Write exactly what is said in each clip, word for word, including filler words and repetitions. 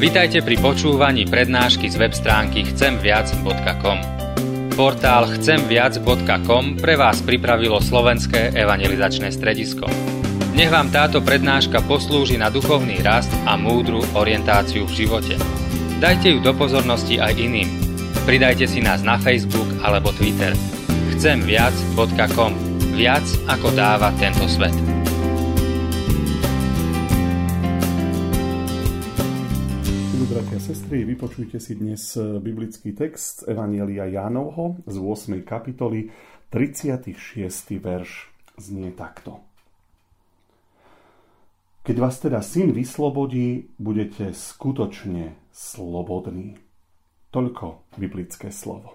Vitajte pri počúvaní prednášky z web stránky chcem viac bodka com. Portál chcem viac bodka com pre vás pripravilo Slovenské evangelizačné stredisko. Nech vám táto prednáška poslúži na duchovný rast a múdru orientáciu v živote. Dajte ju do pozornosti aj iným. Pridajte si nás na Facebook alebo Twitter. chcem viac bodka com. Viac ako dáva tento svet. Bratia a sestry, vypočujte si dnes biblický text z Evanjelia Jánovho z ôsmej kapitoly, tridsiaty šiesty verš znie takto. Keď vás teda Syn vyslobodí, budete skutočne slobodní. Toľko biblické slovo.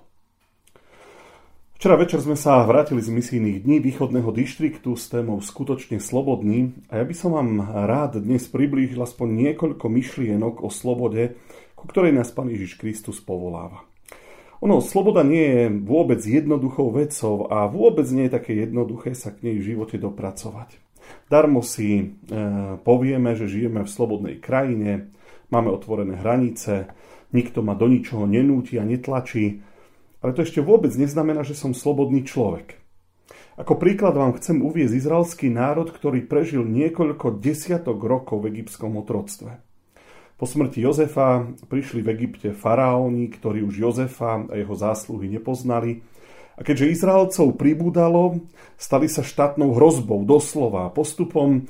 Včera večer sme sa vrátili z misijných dní východného dištriktu s témou Skutočne slobodný a ja by som vám rád dnes priblížil aspoň niekoľko myšlienok o slobode, ku ktorej nás Pán Ježiš Kristus povoláva. Ono, sloboda nie je vôbec jednoduchou vecou a vôbec nie je také jednoduché sa k nej v živote dopracovať. Darmo si e, povieme, že žijeme v slobodnej krajine, máme otvorené hranice, nikto ma do ničoho nenúti a netlačí, ale to ešte vôbec neznamená, že som slobodný človek. Ako príklad vám chcem uviesť izraelský národ, ktorý prežil niekoľko desiatok rokov v egyptskom otroctve. Po smrti Jozefa prišli v Egypte faraóni, ktorí už Jozefa a jeho zásluhy nepoznali. A keďže Izraelcov pribúdalo, stali sa štátnou hrozbou, doslova. Postupom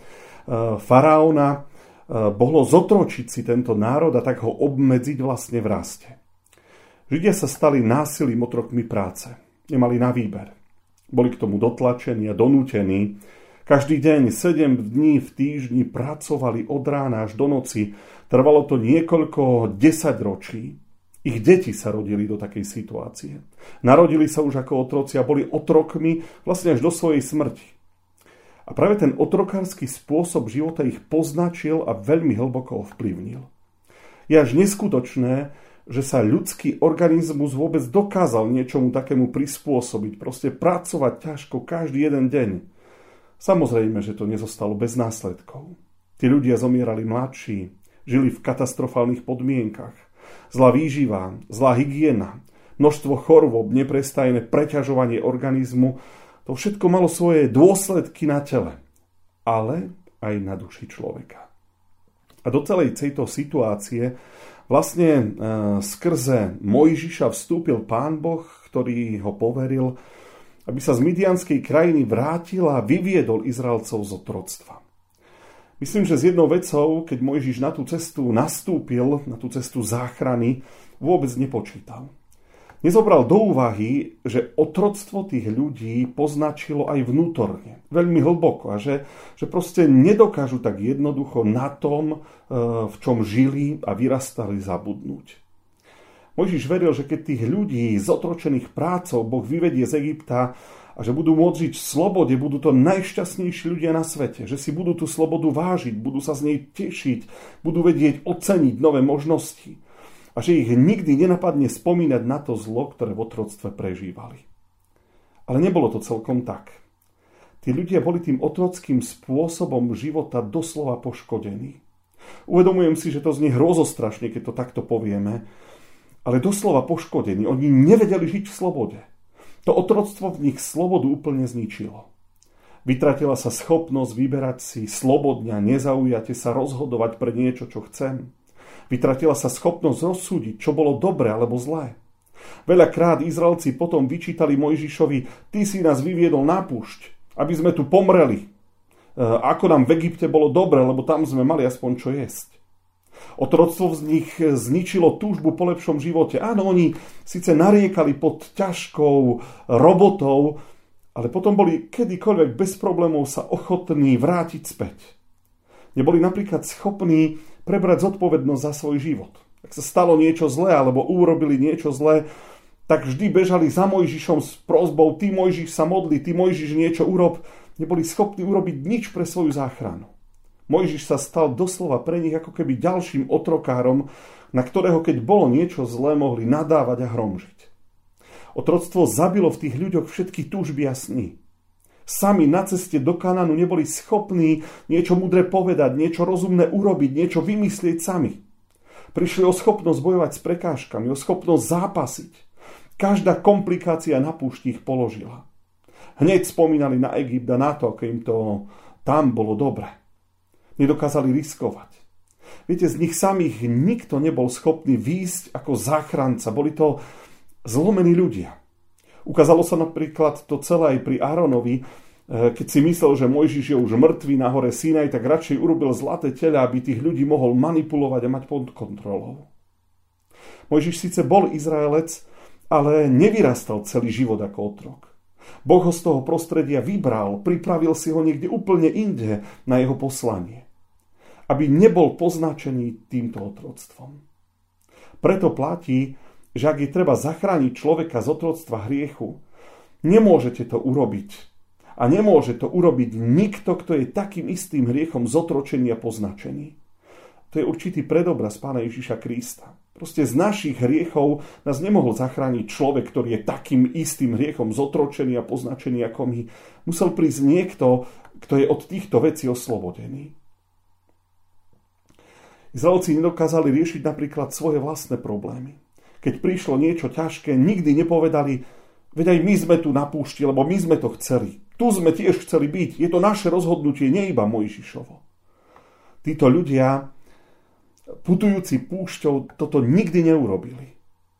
faraóna mohlo zotročiť si tento národ a tak ho obmedziť vlastne v raste. Židia sa stali násilím otrokmi práce. Nemali na výber. Boli k tomu dotlačení a donútení. Každý deň, sedem dní v týždni pracovali od rána až do noci. Trvalo to niekoľko desaťročí. Ich deti sa rodili do takej situácie. Narodili sa už ako otroci a boli otrokmi vlastne až do svojej smrti. A práve ten otrokársky spôsob života ich poznačil a veľmi hlboko ovplyvnil. Je až neskutočné, že sa ľudský organizmus vôbec dokázal niečomu takému prispôsobiť, proste pracovať ťažko každý jeden deň. Samozrejme, že to nezostalo bez následkov. Tí ľudia zomierali mladší, žili v katastrofálnych podmienkach. Zlá výživa, zlá hygiena, množstvo chorôb, neprestajné preťažovanie organizmu, to všetko malo svoje dôsledky na tele, ale aj na duši človeka. A do celej tejto situácie vlastne e, skrze Mojžiša vstúpil Pán Boh, ktorý ho poveril, aby sa z midianskej krajiny vrátil a vyviedol Izraelcov z otroctva. Myslím, že s jednou vecou, keď Mojžiš na tú cestu nastúpil, na tú cestu záchrany, vôbec nepočítal. Nezobral do úvahy, že otroctvo tých ľudí poznačilo aj vnútorne, veľmi hlboko a že, že proste nedokážu tak jednoducho na tom, v čom žili a vyrastali, zabudnúť. Mojžiš veril, že keď tých ľudí zotročených prácou Boh vyvedie z Egypta a že budú môcť žiť v slobode, budú to najšťastnejší ľudia na svete, že si budú tú slobodu vážiť, budú sa z nej tešiť, budú vedieť oceniť nové možnosti. A že ich nikdy nenapadne spomínať na to zlo, ktoré v otroctve prežívali. Ale nebolo to celkom tak. Tí ľudia boli tým otrockým spôsobom života doslova poškodení. Uvedomujem si, že to znie hrozostrašne, keď to takto povieme, ale doslova poškodení. Oni nevedeli žiť v slobode. To otroctvo v nich slobodu úplne zničilo. Vytratila sa schopnosť vyberať si slobodne a nezaujate sa rozhodovať pre niečo, čo chcem. Vytratila sa schopnosť rozsúdiť, čo bolo dobré alebo zlé. Veľakrát Izraelci potom vyčítali Mojžišovi: ty si nás vyviedol na púšť, aby sme tu pomreli. Ako nám v Egypte bolo dobre, lebo tam sme mali aspoň čo jesť. Otroctvo z nich zničilo túžbu po lepšom živote. Áno, oni síce nariekali pod ťažkou robotou, ale potom boli kedykoľvek bez problémov sa ochotní vrátiť späť. Neboli napríklad schopní prebrať zodpovednosť za svoj život. Ak sa stalo niečo zlé alebo urobili niečo zlé, tak vždy bežali za Mojžišom s prosbou: ty Mojžiš sa modli, ty Mojžiš niečo urob. Neboli schopní urobiť nič pre svoju záchranu. Mojžiš sa stal doslova pre nich ako keby ďalším otrokárom, na ktorého keď bolo niečo zlé, mohli nadávať a hromžiť. Otroctvo zabilo v tých ľuďoch všetky túžby a sny. Sami na ceste do Kanánu neboli schopní niečo múdre povedať, niečo rozumné urobiť, niečo vymyslieť sami. Prišli o schopnosť bojovať s prekážkami, o schopnosť zápasiť. Každá komplikácia na púšti ich položila. Hneď spomínali na Egypt a na to, ako im to tam bolo dobre. Nedokázali riskovať. Viete, z nich samých nikto nebol schopný výjsť ako záchranca. Boli to zlomení ľudia. Ukázalo sa napríklad to celé aj pri Áronovi, keď si myslel, že Mojžiš je už mŕtvý na hore Sinaj, tak radšej urobil zlaté tela, aby tých ľudí mohol manipulovať a mať pod kontrolou. Mojžiš síce bol Izraelec, ale nevyrastal celý život ako otrok. Boh ho z toho prostredia vybral, pripravil si ho niekde úplne inde na jeho poslanie, aby nebol poznačený týmto otroctvom. Preto platí, že ak je treba zachrániť človeka z otroctva hriechu, nemôžete to urobiť. A nemôže to urobiť nikto, kto je takým istým hriechom zotročený a poznačený. To je určitý predobraz Pána Ježiša Krista. Proste z našich hriechov nás nemohol zachrániť človek, ktorý je takým istým hriechom zotročený a poznačený ako my. Musel prísť niekto, kto je od týchto vecí oslobodený. Izraelci nedokázali riešiť napríklad svoje vlastné problémy. Keď prišlo niečo ťažké, nikdy nepovedali: veď aj my sme tu na púšti, lebo my sme to chceli. Tu sme tiež chceli byť. Je to naše rozhodnutie, nie iba Mojžišovo. Títo ľudia, putujúci púšťou, toto nikdy neurobili.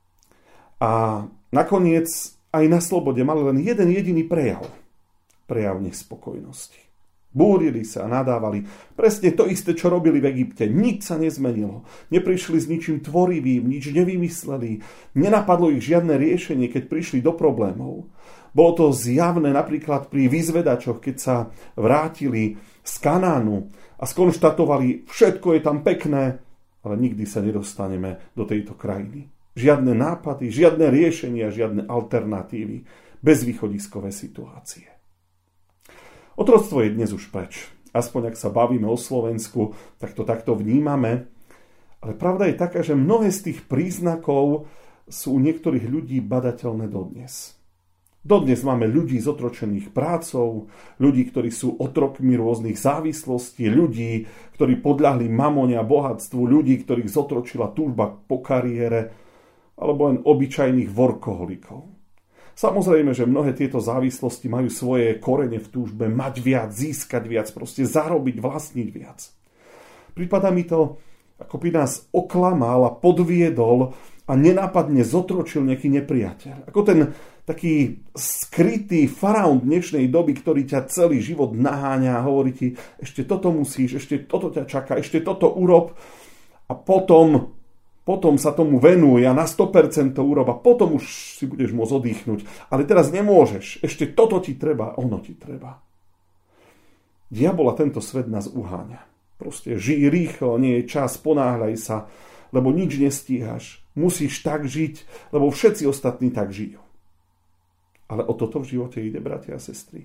A nakoniec aj na slobode mali len jeden jediný prejav. Prejav nespokojnosti. Búrili sa a nadávali. Presne to isté, čo robili v Egypte. Nič sa nezmenilo. Neprišli s ničím tvorivým, nič nevymysleli. Nenapadlo ich žiadne riešenie, keď prišli do problémov. Bolo to zjavné napríklad pri vyzvedačoch, keď sa vrátili z Kanánu a skonštatovali, všetko je tam pekné, ale nikdy sa nedostaneme do tejto krajiny. Žiadne nápady, žiadne riešenia, žiadne alternatívy, bezvýchodiskové situácie. Otroctvo je dnes už preč. Aspoň ak sa bavíme o Slovensku, tak to takto vnímame. Ale pravda je taká, že mnohé z tých príznakov sú u niektorých ľudí badateľné dodnes. Dodnes máme ľudí zotročených prácou, ľudí, ktorí sú otrokmi rôznych závislostí, ľudí, ktorí podľahli mamone a bohatstvu, ľudí, ktorých zotročila túžba po kariére, alebo len obyčajných workoholikov. Samozrejme, že mnohé tieto závislosti majú svoje korene v túžbe mať viac, získať viac, proste zarobiť, vlastniť viac. Prípada mi to, ako by nás oklamal a podviedol a nenápadne zotročil nejaký nepriateľ. Ako ten taký skrytý faraón dnešnej doby, ktorý ťa celý život naháňa a hovorí ti, ešte toto musíš, ešte toto ťa čaká, ešte toto urob a potom, potom sa tomu venuj a na sto percent to urob a potom už si budeš môcť oddychnúť. Ale teraz nemôžeš, ešte toto ti treba, ono ti treba. Diabol a tento svet nás uháňa. Proste žij rýchlo, nie je čas, ponáhľaj sa, lebo nič nestíhaš. Musíš tak žiť, lebo všetci ostatní tak žijú. Ale o toto v živote ide, bratia a sestry.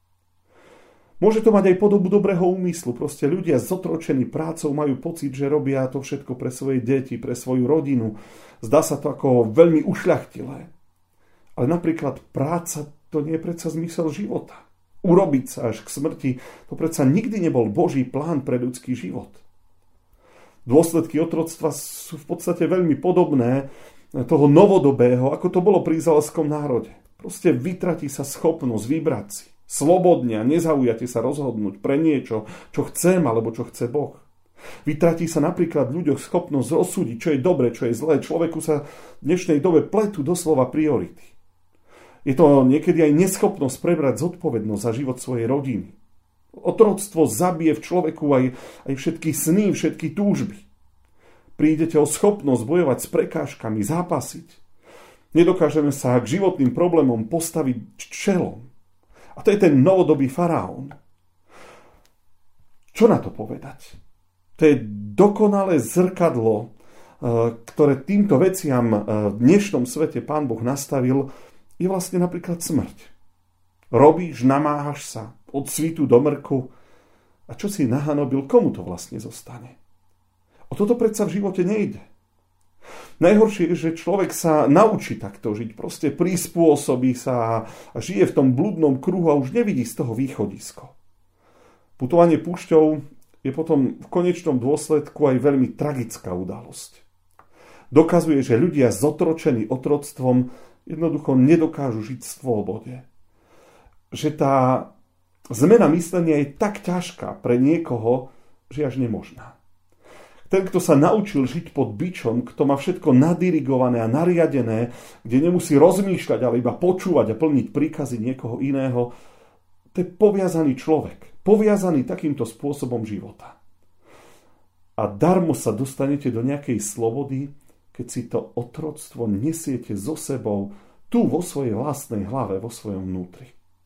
Môže to mať aj podobu dobrého úmyslu. Proste ľudia zotročení prácou majú pocit, že robia to všetko pre svoje deti, pre svoju rodinu. Zdá sa to ako veľmi ušľachtilé. Ale napríklad práca, to nie je predsa zmysel života. Urobiť sa až k smrti, to predsa nikdy nebol Boží plán pre ľudský život. Dôsledky otroctva sú v podstate veľmi podobné toho novodobého, ako to bolo pri izraelskom národe. Proste vytratí sa schopnosť vybrať si. Slobodne a nezaujate sa rozhodnúť pre niečo, čo chcem alebo čo chce Boh. Vytratí sa napríklad v ľuďoch schopnosť rozsúdiť, čo je dobre, čo je zlé. Človeku sa v dnešnej dobe pletú doslova priority. Je to niekedy aj neschopnosť prebrať zodpovednosť za život svojej rodiny. Otroctvo zabije v človeku aj, aj všetky sny, všetky túžby. Prídete o schopnosť bojovať s prekážkami, zápasiť. Nedokážeme sa k životným problémom postaviť čelom. A to je ten novodobý faraón. Čo na to povedať? To je dokonalé zrkadlo, ktoré týmto veciam v dnešnom svete Pán Boh nastavil, je vlastne napríklad smrť. Robíš, namáhaš sa od svitu do mrku a čo si nahanobil, komu to vlastne zostane? O toto predsa v živote nejde. Najhoršie je, že človek sa naučí takto žiť, proste prispôsobí sa a žije v tom blúdnom kruhu a už nevidí z toho východisko. Putovanie púšťou je potom v konečnom dôsledku aj veľmi tragická udalosť. Dokazuje, že ľudia zotročení otroctvom jednoducho nedokážu žiť v slobode. Že tá zmena myslenia je tak ťažká pre niekoho, že až nemožná. Ten, kto sa naučil žiť pod bičom, kto má všetko nadirigované a nariadené, kde nemusí rozmýšľať, ale iba počúvať a plniť príkazy niekoho iného, to je poviazaný človek. Poviazaný takýmto spôsobom života. A darmo sa dostanete do nejakej slobody, keď si to otroctvo nesiete so sebou tu vo svojej vlastnej hlave, vo svojom vnútri.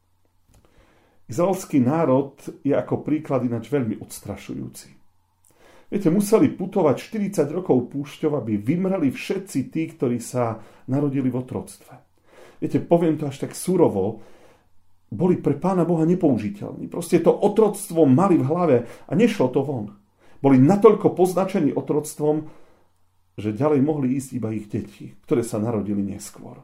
Izraelský národ je ako príklad ináč veľmi odstrašujúci. Viete, museli putovať štyridsať rokov púšťou, aby vymreli všetci tí, ktorí sa narodili v otroctve. Viete, poviem to až tak surovo, boli pre Pána Boha nepoužiteľní. Proste to otroctvo mali v hlave a nešlo to von. Boli natoľko poznačení otroctvom, že ďalej mohli ísť iba ich deti, ktoré sa narodili neskôr.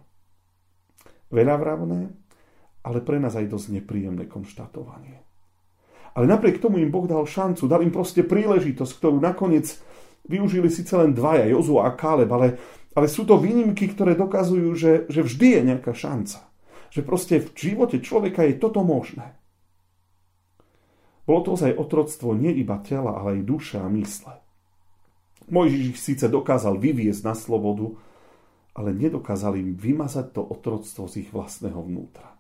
Veľavravné, ale pre nás aj dosť nepríjemné konštatovanie. Ale napriek tomu im Boh dal šancu, dal im proste príležitosť, ktorú nakoniec využili síce len dvaja, Jozua a Káleb, ale, ale sú to výnimky, ktoré dokazujú, že, že vždy je nejaká šanca. Že proste v živote človeka je toto možné. Bolo to ozaj otroctvo nie iba tela, ale aj duše a mysle. Mojžiš ich síce dokázal vyviesť na slobodu, ale nedokázal im vymazať to otroctvo z ich vlastného vnútra.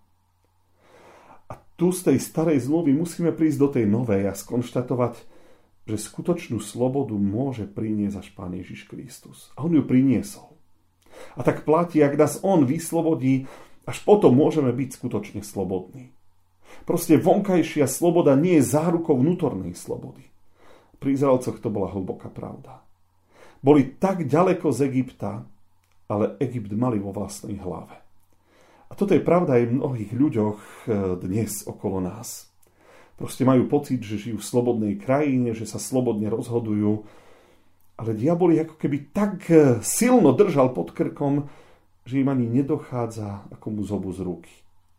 A tu z tej starej zmluvy musíme prísť do tej novej a skonštatovať, že skutočnú slobodu môže priniesť až Pán Ježiš Kristus. A on ju priniesol. A tak platí, ak nás on vyslobodí, až potom môžeme byť skutočne slobodní. Proste vonkajšia sloboda nie je zárukou vnútornej slobody. Pri Izraelcoch to bola hlboká pravda. Boli tak ďaleko z Egypta, ale Egypt mali vo vlastnej hlave. A toto je pravda aj v mnohých ľuďoch dnes okolo nás. Proste majú pocit, že žijú v slobodnej krajine, že sa slobodne rozhodujú, ale diabol ich ako keby tak silno držal pod krkom, že im ani nedochádza, ako mu zobu z ruky.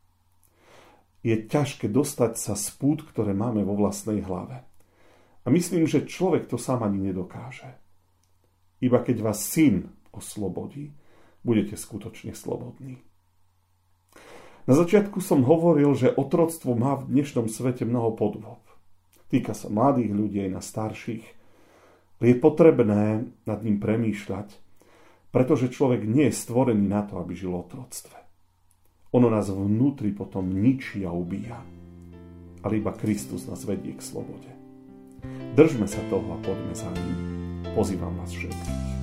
Je ťažké dostať sa z pút, ktoré máme vo vlastnej hlave. A myslím, že človek to sám ani nedokáže. Iba keď vás syn oslobodí, budete skutočne slobodní. Na začiatku som hovoril, že otroctvo má v dnešnom svete mnoho podôb. Týka sa mladých ľudí aj na starších. Je potrebné nad ním premýšľať, pretože človek nie je stvorený na to, aby žil v otroctve. Ono nás vnútri potom ničí a ubíja. Ale iba Kristus nás vedie k slobode. Držme sa toho a poďme za ním. Pozývam vás všetkých.